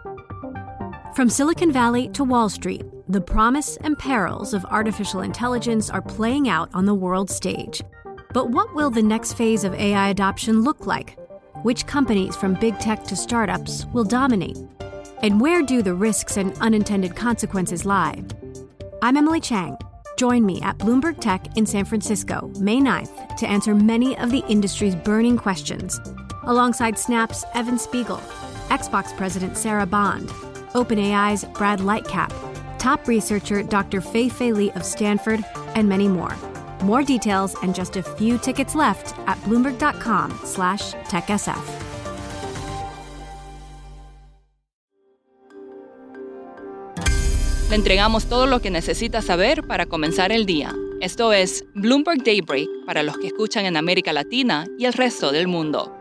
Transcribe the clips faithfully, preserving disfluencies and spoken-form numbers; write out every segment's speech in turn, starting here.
From Silicon Valley to Wall Street, the promise and perils of artificial intelligence are playing out on the world stage. But what will the next phase of A I adoption look like? Which companies from big tech to startups will dominate? And where do the risks and unintended consequences lie? I'm Emily Chang. Join me at Bloomberg Tech in San Francisco, May ninth, to answer many of the industry's burning questions, alongside Snap's Evan Spiegel, Xbox President Sarah Bond, OpenAI's Brad Lightcap, top researcher Doctor Fei-Fei Li of Stanford, and many more. More details and just a few tickets left at bloomberg.com slash techsf. Le entregamos todo lo que necesita saber para comenzar el día. Esto es Bloomberg Daybreak para los que escuchan en América Latina y el resto del mundo.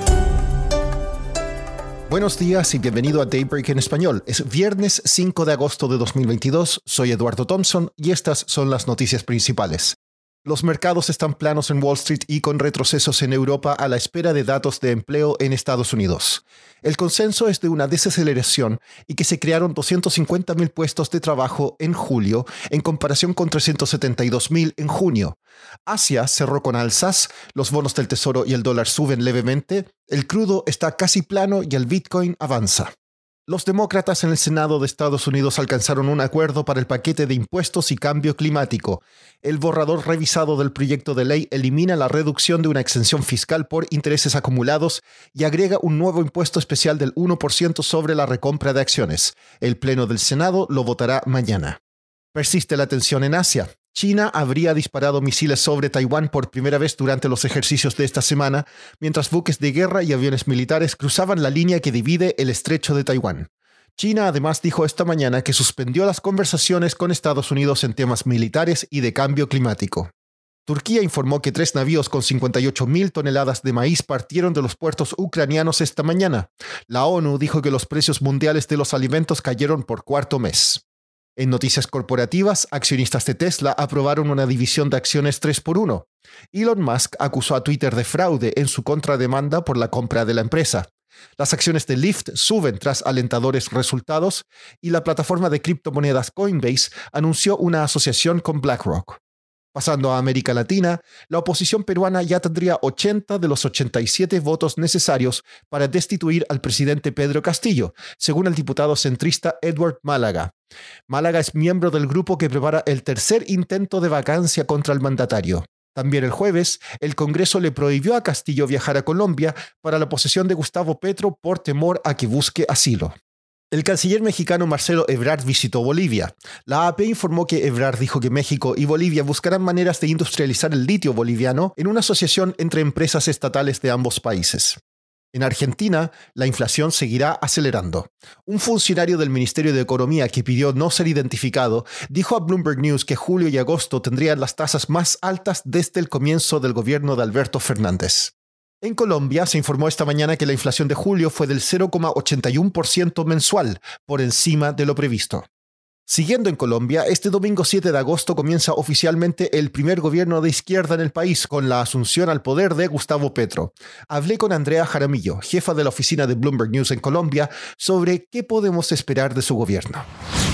Buenos días y bienvenido a Daybreak en español. Es viernes cinco de agosto de dos mil veintidós. Soy Eduardo Thompson y estas son las noticias principales. Los mercados están planos en Wall Street y con retrocesos en Europa a la espera de datos de empleo en Estados Unidos. El consenso es de una desaceleración y que se crearon doscientos cincuenta mil puestos de trabajo en julio en comparación con trescientos setenta y dos mil en junio. Asia cerró con alzas, los bonos del tesoro y el dólar suben levemente, el crudo está casi plano y el Bitcoin avanza. Los demócratas en el Senado de Estados Unidos alcanzaron un acuerdo para el paquete de impuestos y cambio climático. El borrador revisado del proyecto de ley elimina la reducción de una exención fiscal por intereses acumulados y agrega un nuevo impuesto especial del uno por ciento sobre la recompra de acciones. El Pleno del Senado lo votará mañana. Persiste la tensión en Asia. China habría disparado misiles sobre Taiwán por primera vez durante los ejercicios de esta semana, mientras buques de guerra y aviones militares cruzaban la línea que divide el estrecho de Taiwán. China además dijo esta mañana que suspendió las conversaciones con Estados Unidos en temas militares y de cambio climático. Turquía informó que tres navíos con cincuenta y ocho mil toneladas de maíz partieron de los puertos ucranianos esta mañana. La ONU dijo que los precios mundiales de los alimentos cayeron por cuarto mes. En noticias corporativas, accionistas de Tesla aprobaron una división de acciones tres por uno. Elon Musk acusó a Twitter de fraude en su contrademanda por la compra de la empresa. Las acciones de Lyft suben tras alentadores resultados y la plataforma de criptomonedas Coinbase anunció una asociación con BlackRock. Pasando a América Latina, la oposición peruana ya tendría ochenta de los ochenta y siete votos necesarios para destituir al presidente Pedro Castillo, según el diputado centrista Edward Málaga. Málaga es miembro del grupo que prepara el tercer intento de vacancia contra el mandatario. También el jueves, el Congreso le prohibió a Castillo viajar a Colombia para la posesión de Gustavo Petro por temor a que busque asilo. El canciller mexicano Marcelo Ebrard visitó Bolivia. La A P informó que Ebrard dijo que México y Bolivia buscarán maneras de industrializar el litio boliviano en una asociación entre empresas estatales de ambos países. En Argentina, la inflación seguirá acelerando. Un funcionario del Ministerio de Economía que pidió no ser identificado dijo a Bloomberg News que julio y agosto tendrían las tasas más altas desde el comienzo del gobierno de Alberto Fernández. En Colombia se informó esta mañana que la inflación de julio fue del cero coma ochenta y uno por ciento mensual, por encima de lo previsto. Siguiendo en Colombia, este domingo siete de agosto comienza oficialmente el primer gobierno de izquierda en el país, con la asunción al poder de Gustavo Petro. Hablé con Andrea Jaramillo, jefa de la oficina de Bloomberg News en Colombia, sobre qué podemos esperar de su gobierno.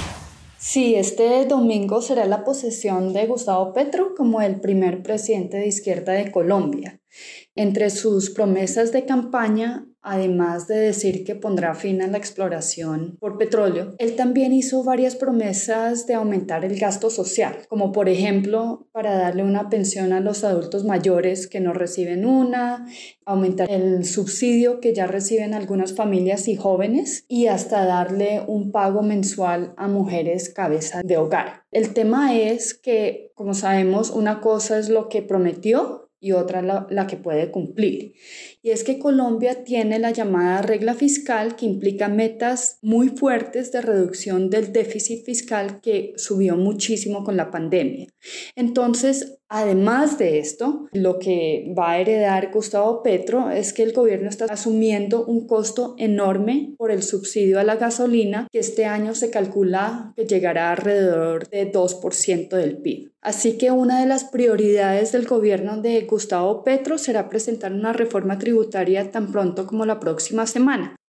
Sí, este domingo será la posesión de Gustavo Petro como el primer presidente de izquierda de Colombia. Entre sus promesas de campaña, además de decir que pondrá fin a la exploración por petróleo, él también hizo varias promesas de aumentar el gasto social, como por ejemplo para darle una pensión a los adultos mayores que no reciben una, aumentar el subsidio que ya reciben algunas familias y jóvenes y hasta darle un pago mensual a mujeres cabeza de hogar. El tema es que, como sabemos, una cosa es lo que prometió y otra la, la que puede cumplir. Y es que Colombia tiene la llamada regla fiscal, que implica metas muy fuertes de reducción del déficit fiscal que subió muchísimo con la pandemia. Entonces, además de esto, lo que va a heredar Gustavo Petro es que el gobierno está asumiendo un costo enorme por el subsidio a la gasolina, que este año se calcula que llegará alrededor de dos por ciento del P I B. Así que una de las prioridades del gobierno de Gustavo Petro será presentar una reforma tributaria tan pronto como la próxima semana.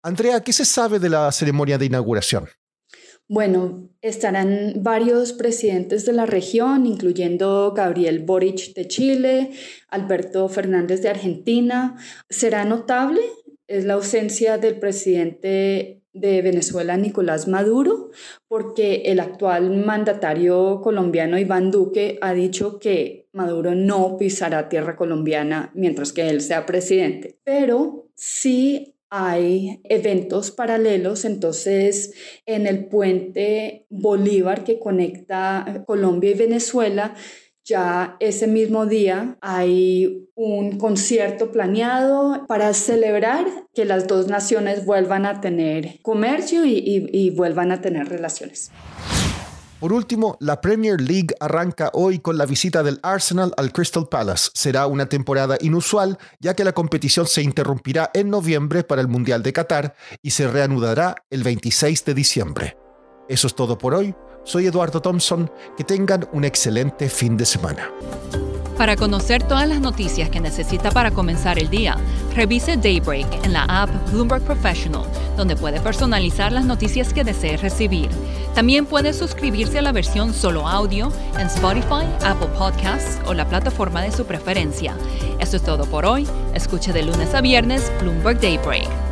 Andrea, ¿qué se sabe de la ceremonia de inauguración? Bueno, estarán varios presidentes de la región, incluyendo Gabriel Boric de Chile, Alberto Fernández de Argentina. Será notable es la ausencia del presidente de Venezuela, Nicolás Maduro, porque el actual mandatario colombiano, Iván Duque, ha dicho que Maduro no pisará tierra colombiana mientras que él sea presidente. Pero sí hay eventos paralelos, entonces en el puente Bolívar que conecta Colombia y Venezuela, ya ese mismo día hay un concierto planeado para celebrar que las dos naciones vuelvan a tener comercio y, y, y vuelvan a tener relaciones. Por último, la Premier League arranca hoy con la visita del Arsenal al Crystal Palace. Será una temporada inusual, ya que la competición se interrumpirá en noviembre para el Mundial de Qatar y se reanudará el veintiséis de diciembre. Eso es todo por hoy. Soy Eduardo Thompson. Que tengan un excelente fin de semana. Para conocer todas las noticias que necesita para comenzar el día, revise Daybreak en la app Bloomberg Professional, donde puede personalizar las noticias que desee recibir. También puede suscribirse a la versión solo audio en Spotify, Apple Podcasts o la plataforma de su preferencia. Eso es todo por hoy. Escuche de lunes a viernes Bloomberg Daybreak.